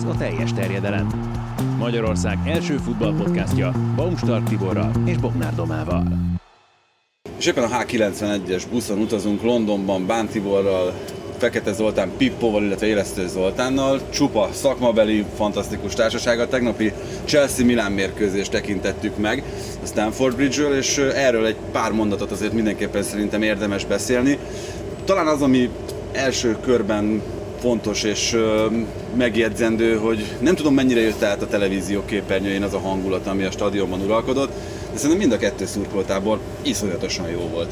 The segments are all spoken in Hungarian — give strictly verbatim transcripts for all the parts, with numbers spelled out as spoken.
a teljes terjedelem. Magyarország első futballpodcastja Baumstark Tiborral és Bognár Domával. És éppen a há kilencvenegyes buszon utazunk Londonban Bán Tiborral, Fekete Zoltán Pippóval, illetve Élesztő Zoltánnal. Csupa szakmabeli, fantasztikus társaság. A tegnapi Chelsea-Milán mérkőzést tekintettük meg a Stamford Bridge-ről, és erről egy pár mondatot azért mindenképpen szerintem érdemes beszélni. Talán az, ami első körben fontos és megjegyzendő, hogy nem tudom mennyire jött át a televízió képernyőjén az a hangulat, ami a stadionban uralkodott, de szerintem mind a kettő szurkoltábor iszonyatosan jó volt.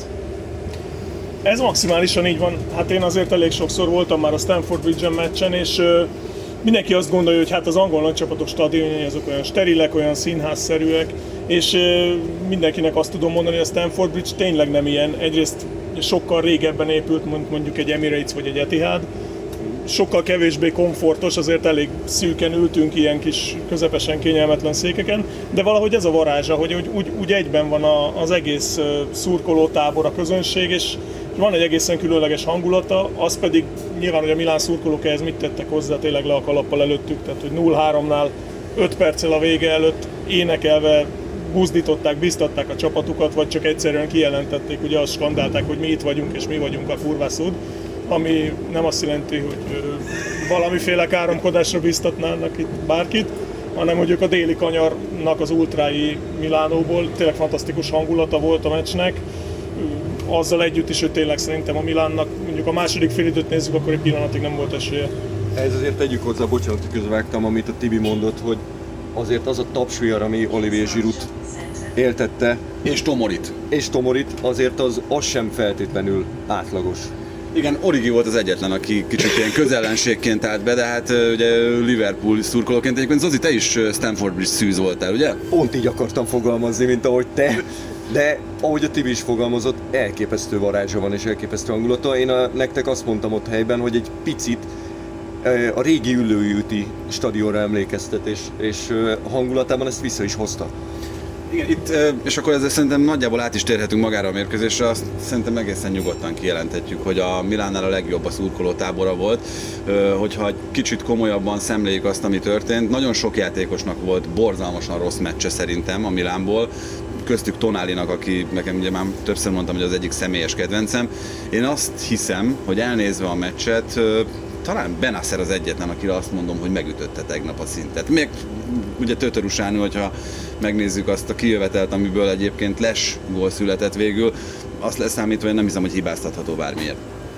Ez maximálisan így van. Hát én azért elég sokszor voltam már a Stamford Bridge-en meccsen, és uh, mindenki azt gondolja, hogy hát az angol nagycsapatok stadionjai azok olyan sterilek, olyan színházszerűek, és uh, mindenkinek azt tudom mondani, hogy a Stamford Bridge tényleg nem ilyen. Egyrészt sokkal régebben épült, mint mondjuk egy Emirates vagy egy Etihad. Sokkal kevésbé komfortos, azért elég szűken ültünk ilyen kis közepesen kényelmetlen székeken, de valahogy ez a varázsa, hogy úgy, úgy, úgy egyben van a, az egész szurkolótábor, a közönség, és van egy egészen különleges hangulata, az pedig nyilván, hogy a Milán szurkolók ehhez mit tettek hozzá, tényleg le a kalappal előttük, tehát hogy nulla háromnál öt perccel a vége előtt énekelve buzdították, biztatták a csapatukat, vagy csak egyszerűen kijelentették, ugye azt skandálták, hogy mi itt vagyunk és mi vagyunk a Furvászúd, ami nem azt jelenti, hogy valamiféle káromkodásra biztatnának itt bárkit, hanem hogy ők a déli kanyarnak az ultrái Milánóból, tényleg fantasztikus hangulata volt a meccsnek, azzal együtt is, hogy tényleg szerintem a Milánnak, mondjuk a második félidőt nézzük, akkor egy pillanatig nem volt esélye. Ez azért tegyük hozzá, bocsánat, hogy közvágtam, amit a Tibi mondott, hogy azért az a tapsvihar, ami Olivier Giroud éltette, és Tomorit. És Tomorit, azért az, az sem feltétlenül átlagos. Igen, Origi volt az egyetlen, aki kicsit ilyen közellenségként állt be, de hát ugye Liverpool szurkolóként egyébként Zozi, te is Stamford Bridge szűz voltál, ugye? Pont így akartam fogalmazni, mint ahogy te, de ahogy a Tibi is fogalmazott, elképesztő varázsa van és elképesztő hangulata. Én a, nektek azt mondtam ott helyben, hogy egy picit a régi Üllői stadionra emlékeztet, és, és a hangulatában ezt vissza is hozta. Igen, itt, és akkor ezzel szerintem nagyjából át is térhetünk magára a mérkőzésre, azt szerintem egészen nyugodtan kijelenthetjük, hogy a Milánnál a legjobb a szurkoló tábora volt, hogyha egy kicsit komolyabban szemléljük azt, ami történt. Nagyon sok játékosnak volt borzalmasan rossz meccse szerintem a Milánból, köztük Tonalinak, aki nekem ugye már többször mondtam, hogy az egyik személyes kedvencem. Én azt hiszem, hogy elnézve a meccset, talán Benasser az egyetlen, akire azt mondom, hogy megütötte tegnap a szintet. Még ugye Tötörusánul, hogyha megnézzük azt a kijövetelt, amiből egyébként Les gól született végül, azt leszámítva, hogy nem hiszem, hogy hibáztatható bármiért.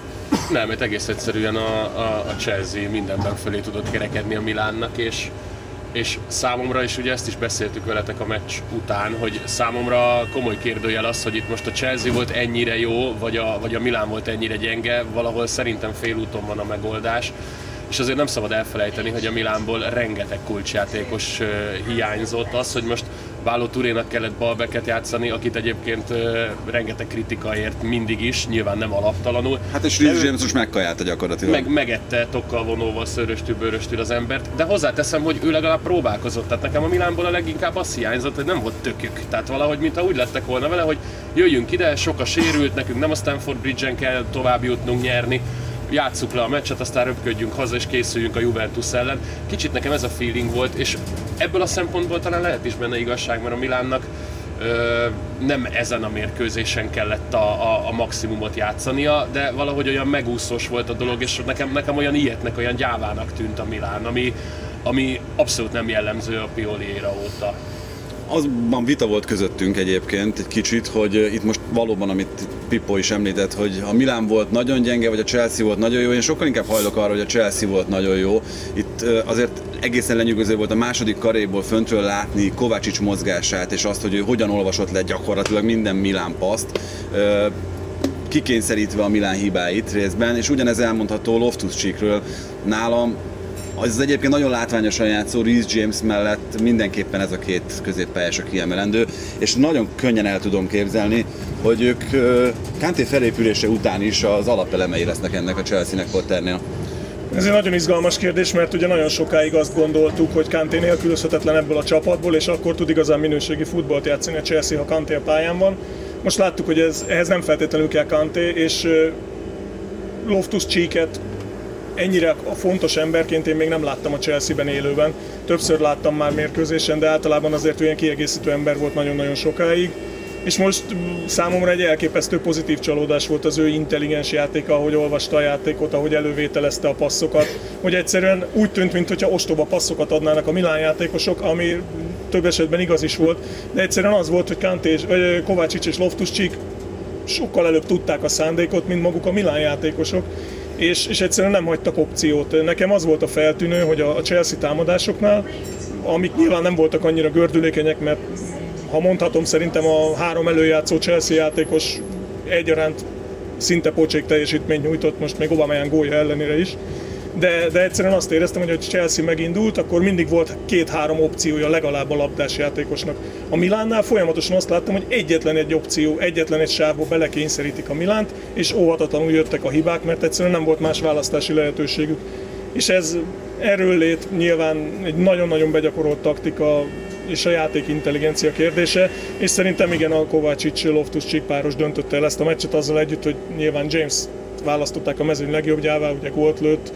Nem, mert egész egyszerűen a, a, a Chelsea mindenben fölé tudott kerekedni a Milánnak, és, és számomra, és ugye ezt is beszéltük veletek a meccs után, hogy számomra komoly kérdőjel az, hogy itt most a Chelsea volt ennyire jó, vagy a, vagy a Milán volt ennyire gyenge, valahol szerintem félúton van a megoldás. És azért nem szabad elfelejteni, hogy a Milánból rengeteg kulcsjátékos uh, hiányzott. Az, hogy most Váló Turénak kellett balbeket játszani, akit egyébként uh, rengeteg kritika ért mindig is, nyilván nem alaptalanul. Hát és Reece James most megkajálta gyakorlatilag. Meg, megette tokkal vonóval, szőröstül, bőröstül az embert, de hozzáteszem, hogy ő legalább próbálkozott. Tehát nekem a Milánból a leginkább az hiányzott, hogy nem volt tökük. Tehát valahogy, mintha úgy lettek volna vele, hogy jöjjünk ide, sok a sérült, nekünk nem a Stamford Bridge-en kell tovább jutnunk, nyerni. Játsszuk le a meccset, aztán röpködjünk haza és készüljünk a Juventus ellen. Kicsit nekem ez a feeling volt, és ebből a szempontból talán lehet is benne igazság, mert a Milánnak ö, nem ezen a mérkőzésen kellett a, a, a maximumot játszania, de valahogy olyan megúszós volt a dolog, és nekem, nekem olyan ilyetnek, olyan gyávának tűnt a Milán, ami, ami abszolút nem jellemző a Pioli éra óta. Azban vita volt közöttünk egyébként egy kicsit, hogy itt most valóban, amit Pippo is említett, hogy a Milán volt nagyon gyenge, vagy a Chelsea volt nagyon jó. Én sokkal inkább hajlok arra, hogy a Chelsea volt nagyon jó. Itt azért egészen lenyűgöző volt a második karéból föntről látni Kovácsics mozgását, és azt, hogy ő hogyan olvasott le gyakorlatilag minden Milán paszt, kikényszerítve a Milán hibáit részben, és ugyanez elmondható Loftus-Cheekről. Nálam az egyébként nagyon látványosan játszó Reece James mellett mindenképpen ez a két középpályás a kiemelendő, és nagyon könnyen el tudom képzelni, hogy ők Kanté felépülése után is az alapelemei lesznek ennek a Chelsea-nek Potternél. Ez egy nagyon izgalmas kérdés, mert ugye nagyon sokáig azt gondoltuk, hogy Kanté nélkülözhetetlen ebből a csapatból, és akkor tud igazán minőségi futballt játszani a Chelsea, ha Kanté a pályán van. Most láttuk, hogy ez, ehhez nem feltétlenül kell Kanté, és Loftus-Cheeket ennyire fontos emberként én még nem láttam a Chelsea-ben élőben. Többször láttam már mérkőzésen, de általában azért olyan kiegészítő ember volt nagyon-nagyon sokáig. És most számomra egy elképesztő pozitív csalódás volt az ő intelligens játéka, ahogy olvasta a játékot, ahogy elővételezte a passzokat, hogy egyszerűen úgy tűnt, mintha ostoba passzokat adnának a Milán játékosok, ami több esetben igaz is volt, de egyszerűen az volt, hogy Kanté és, vagy Kovácsics és Loftus-Cheek sokkal előbb tudták a szándékot, mint maguk a Milán játékosok, és, és egyszerűen nem hagytak opciót. Nekem az volt a feltűnő, hogy a Chelsea támadásoknál, amik nyilván nem voltak annyira gördülékenyek, mert ha mondhatom, szerintem a három előjátszó Chelsea játékos egyaránt szinte pocsék teljesítményt nyújtott, most még Aubameyang gólja ellenére is. De, de egyszerűen azt éreztem, hogy a Chelsea megindult, akkor mindig volt két-három opciója legalább a labdás játékosnak. A Milánnál folyamatosan azt láttam, hogy egyetlen egy opció, egyetlen egy sávba belekényszerítik a Milánt, és óvatatlanul jöttek a hibák, mert egyszerűen nem volt más választási lehetőségük. És ez erről lét nyilván egy nagyon-nagyon begyakorolt taktika, és a játék intelligencia kérdése, és szerintem igen, a Kovácsics-Loftus-Cheek páros döntötte el ezt a meccset azzal együtt, hogy nyilván James választották a mezőny legjobbjává, ugye gólt lőtt,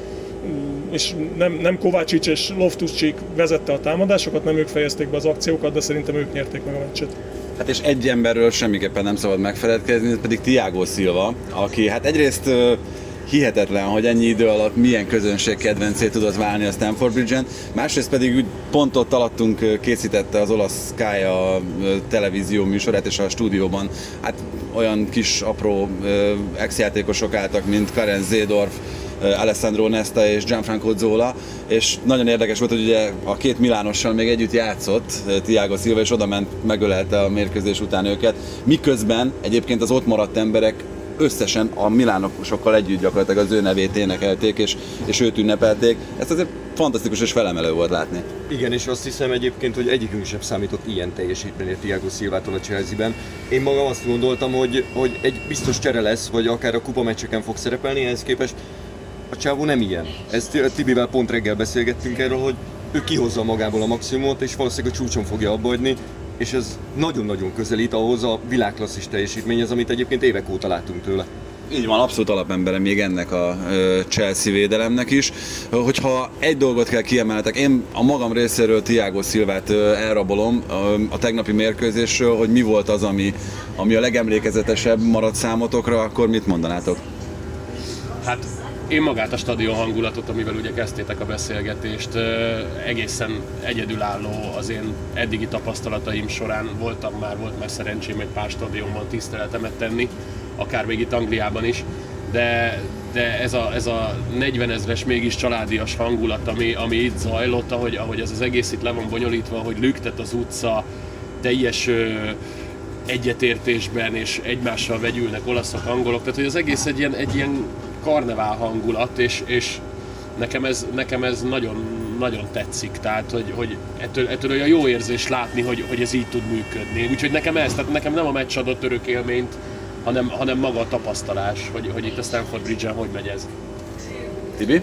és nem, nem Kovácsics és Loftus-Cheek vezette a támadásokat, nem ők fejezték be az akciókat, de szerintem ők nyerték meg a meccset. Hát és egy emberről semmiképpen nem szabad megfeledkezni, ez pedig Thiago Silva, aki hát egyrészt hihetetlen, hogy ennyi idő alatt milyen közönség kedvencé tudott válni a Stamford Bridge-en, másrészt pedig úgy pont ott alattunk készítette az olasz Sky a televízió műsorát, és a stúdióban hát olyan kis apró ex-játékosok álltak, mint Clarence Seedorf, Alessandro Nesta és Gianfranco Zola, és nagyon érdekes volt, hogy ugye a két milánossal még együtt játszott Thiago Silva, és oda ment, megölelte a mérkőzés után őket, miközben egyébként az ott maradt emberek összesen a milánosokkal együtt gyakorlatilag az ő nevét énekelték, és, és őt ünnepelték. Ezt azért fantasztikus és felemelő volt látni. Igen, és azt hiszem egyébként, hogy egyikünk sem számított ilyen teljesítményre Thiago Silvától a Chelsea-ben. Én magam azt gondoltam, hogy, hogy egy biztos csere lesz, vagy akár a kupameccseken fog szerepelni, ehhez képest a csávó nem ilyen. Ezt Tibivel pont reggel beszélgettünk erről, hogy ő kihozza magából a maximumot, és valószínűleg a csúcson fogja abbahagyni, és ez nagyon-nagyon közelít ahhoz a világklasszis teljesítményhez, amit egyébként évek óta látunk tőle. Így van, abszolút alapembere még ennek a Chelsea védelemnek is. Hogyha egy dolgot kell kiemeltek, én a magam részéről Thiago Silvát elrabolom a tegnapi mérkőzésről, hogy mi volt az, ami, ami a legemlékezetesebb maradt számotokra, akkor mit mondanátok? Hát én magát a stadion hangulatot, amivel ugye kezdtétek a beszélgetést, egészen egyedülálló az én eddigi tapasztalataim során. Voltam már, volt már szerencsém egy pár stadionban tiszteletemet tenni, akár még itt Angliában is, de, de ez a, ez a negyvenezres mégis családias hangulat, ami, ami itt zajlott, ahogy, ahogy ez az egész itt le van bonyolítva, hogy lüktet az utca, teljes ö, egyetértésben és egymással vegyülnek olaszok, angolok, tehát hogy az egész egy ilyen, egy ilyen karnevál hangulat, és, és nekem, ez, nekem ez nagyon, nagyon tetszik, tehát hogy, hogy ettől, ettől olyan jó érzés látni, hogy, hogy ez így tud működni. Úgyhogy nekem ez, tehát nekem nem a meccs adott örök élményt, hanem, hanem maga a tapasztalás, hogy, hogy itt a Stamford Bridge-en hogy megy ez. Tibi?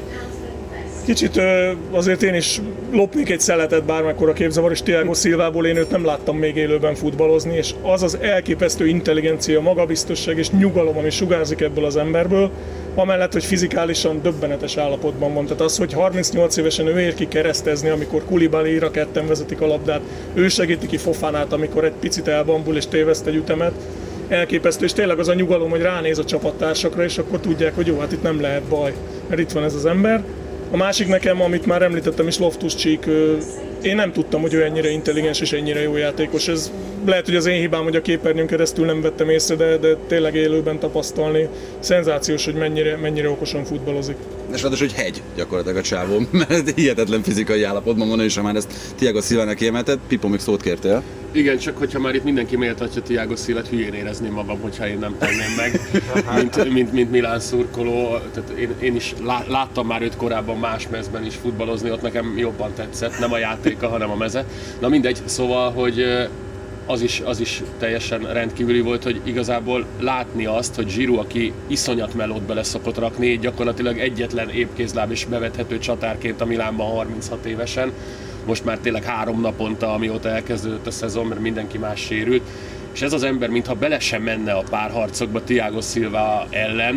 Kicsit azért én is lopnék egy szeletet bármekkora képzavar, és Thiago Silvából én őt nem láttam még élőben futballozni, és az az elképesztő intelligencia, magabiztosság és nyugalom, ami sugárzik ebből az emberből, amellett, hogy fizikálisan döbbenetes állapotban van. Tehát az, hogy harmincnyolc évesen ő ér ki keresztezni, amikor Koulibalyra ketten vezetik a labdát, ő segíti ki Fofanát, amikor egy picit elbambul és téveszt egy ütemet, elképesztő, és tényleg az a nyugalom, hogy ránéz a csapattársakra, és akkor tudják, hogy jó, hát itt nem lehet baj, mert itt van ez az ember. A másik nekem, amit már említettem is, Loftus-Cheek, én nem tudtam, hogy ő ennyire intelligens és ennyire jó játékos. Ez lehet, hogy az én hibám, hogy a képernyőn keresztül nem vettem észre, de, de tényleg élőben tapasztalni. Szenzációs, hogy mennyire, mennyire okosan futballozik. És ráadásul, hogy hegy gyakorlatilag a csávó, mert hihetetlen fizikai állapotban van, és ha már ezt Thiago Silvának kiemelted, Pipo, még szót kértél. Igen, csak hogyha már itt mindenki méltatja Thiago Silvát, hülyén érezném magam, hogyha én nem tenném meg, mint, mint, mint Milán szurkoló. Tehát én, én is lá, láttam már őt korábban más mezben is futballozni, ott nekem jobban tetszett, nem a játéka, hanem a meze. Na mindegy, szóval, hogy az is, az is teljesen rendkívüli volt, hogy igazából látni azt, hogy Giroud, aki iszonyat melót bele szokott rakni, gyakorlatilag egyetlen épkézláb és bevethető csatárként a Milánban harminchat évesen, most már tényleg három naponta, amióta elkezdődött a szezon, mert mindenki más sérült, és ez az ember, mintha bele sem menne a párharcokba Thiago Silva ellen,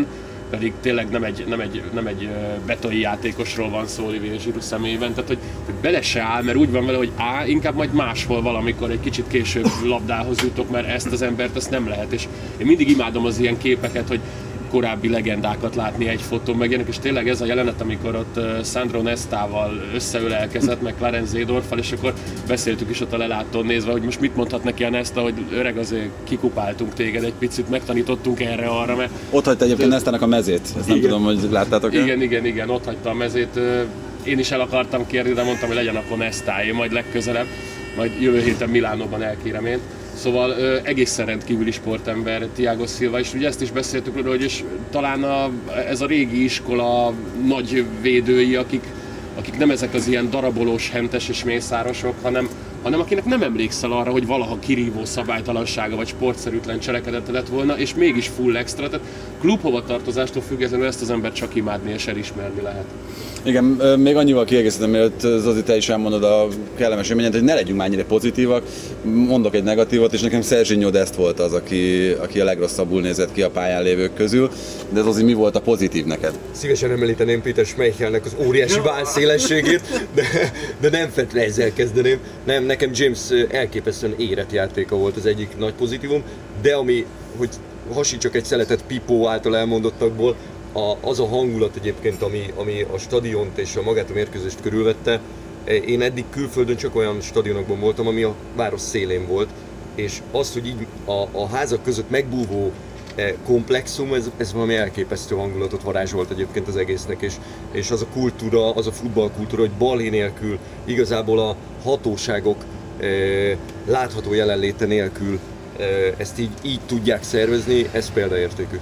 pedig tényleg nem egy, nem egy, nem egy betonyi játékosról van szó Olivier Giroud személyében, tehát hogy, hogy bele se áll, mert úgy van vele, hogy á, inkább majd máshol valamikor egy kicsit később labdához jutok, mert ezt az embert ezt nem lehet, és én mindig imádom az ilyen képeket, hogy korábbi legendákat látni egy fotón meg ilyenek, és tényleg ez a jelenet, amikor ott Sandro Nestával összeölelkezett, meg Clarence Seedorffal, és akkor beszéltük is ott a lelátón nézve, hogy most mit mondhat neki a Nesta, hogy öreg, azért kikupáltunk téged egy picit, megtanítottunk erre-arra, mert... Ott hagyta egyébként Nestának a mezét, ezt nem igen. tudom, hogy láttátok-e? Igen, igen, igen, ott hagyta a mezét. Én is el akartam kérni, de mondtam, hogy legyen akkor Nestáé, majd legközelebb, majd jövő héten Milánóban elkérem én. Szóval ö, egészen rendkívüli sportember Thiago Silva, és ugye ezt is beszéltük róla, hogy és talán a, ez a régi iskola nagy védői, akik, akik nem ezek az ilyen darabolós, hentes és mészárosok, hanem, hanem akinek nem emlékszel arra, hogy valaha kirívó szabálytalansága vagy sportszerűtlen cselekedete lett volna, és mégis full extra, tehát klubhovatartozástól függetlenül ezt az embert csak imádni és elismerni lehet. Igen, még annyival kiegészítem, mielőtt Zozi, te is elmondod a kellemes élményet, hogy ne legyünk már ennyire pozitívak. Mondok egy negatívot, és nekem Serginho Dest volt az, aki, aki a legrosszabbul nézett ki a pályán lévők közül. De Zozi, mi volt a pozitív neked? Szívesen említeném Péter Schmeichelnek az óriási válszélességét, de, de nem feltétlenül ezzel kezdeném. Nem, nekem James elképesztően érett játéka volt az egyik nagy pozitívum, de ami, hogy hasítsak egy szeletet Pipó által elmondottakból, A, az a hangulat egyébként, ami, ami a stadiont és a magát a mérkőzést körülvette. Én eddig külföldön csak olyan stadionokban voltam, ami a város szélén volt, és az, hogy így a, a házak között megbúvó komplexum, ez, ez valami elképesztő hangulatot varázsolt egyébként az egésznek, és, és az a kultúra, az a futballkultúra, hogy balhé nélkül, igazából a hatóságok e, látható jelenléte nélkül e, ezt így, így tudják szervezni, ez példaértékű.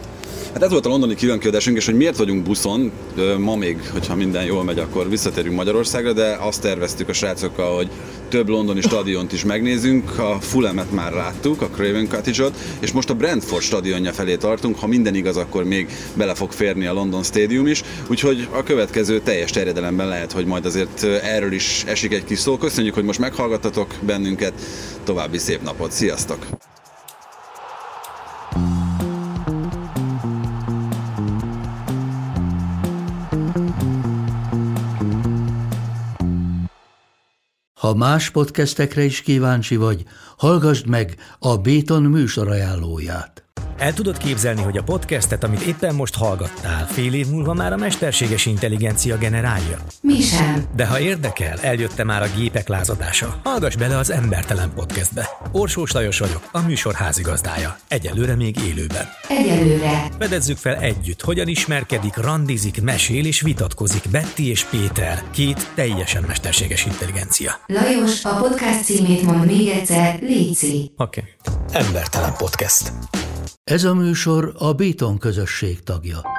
Hát ez volt a londoni különkiadásunk, és hogy miért vagyunk buszon, ma még, hogyha minden jól megy, akkor visszatérünk Magyarországra, de azt terveztük a srácokkal, hogy több londoni stadiont is megnézünk, a Fulhamet már láttuk, a Craven Cottage-ot, és most a Brentford stadionja felé tartunk, ha minden igaz, akkor még bele fog férni a London Stadium is, úgyhogy a következő teljes terjedelemben lehet, hogy majd azért erről is esik egy kis szó. Köszönjük, hogy most meghallgattatok bennünket, további szép napot, sziasztok! Ha más podcastekre is kíváncsi vagy, hallgassd meg a Béton műsor ajánlóját. El tudod képzelni, hogy a podcastet, amit éppen most hallgattál, fél év múlva már a mesterséges intelligencia generálja? Mi sem. De ha érdekel, eljötte már a gépek lázadása. Hallgass bele az Embertelen Podcastbe. Orsós Lajos vagyok, a műsor házigazdája. Egyelőre még élőben. Egyelőre. Fedezzük fel együtt, hogyan ismerkedik, randizik, mesél és vitatkozik Betty és Péter, két teljesen mesterséges intelligencia. Lajos, a podcast címét mond még egyszer, léci. Oké. Okay. Embertelen Podcast. Ez a műsor a Béton közösség tagja.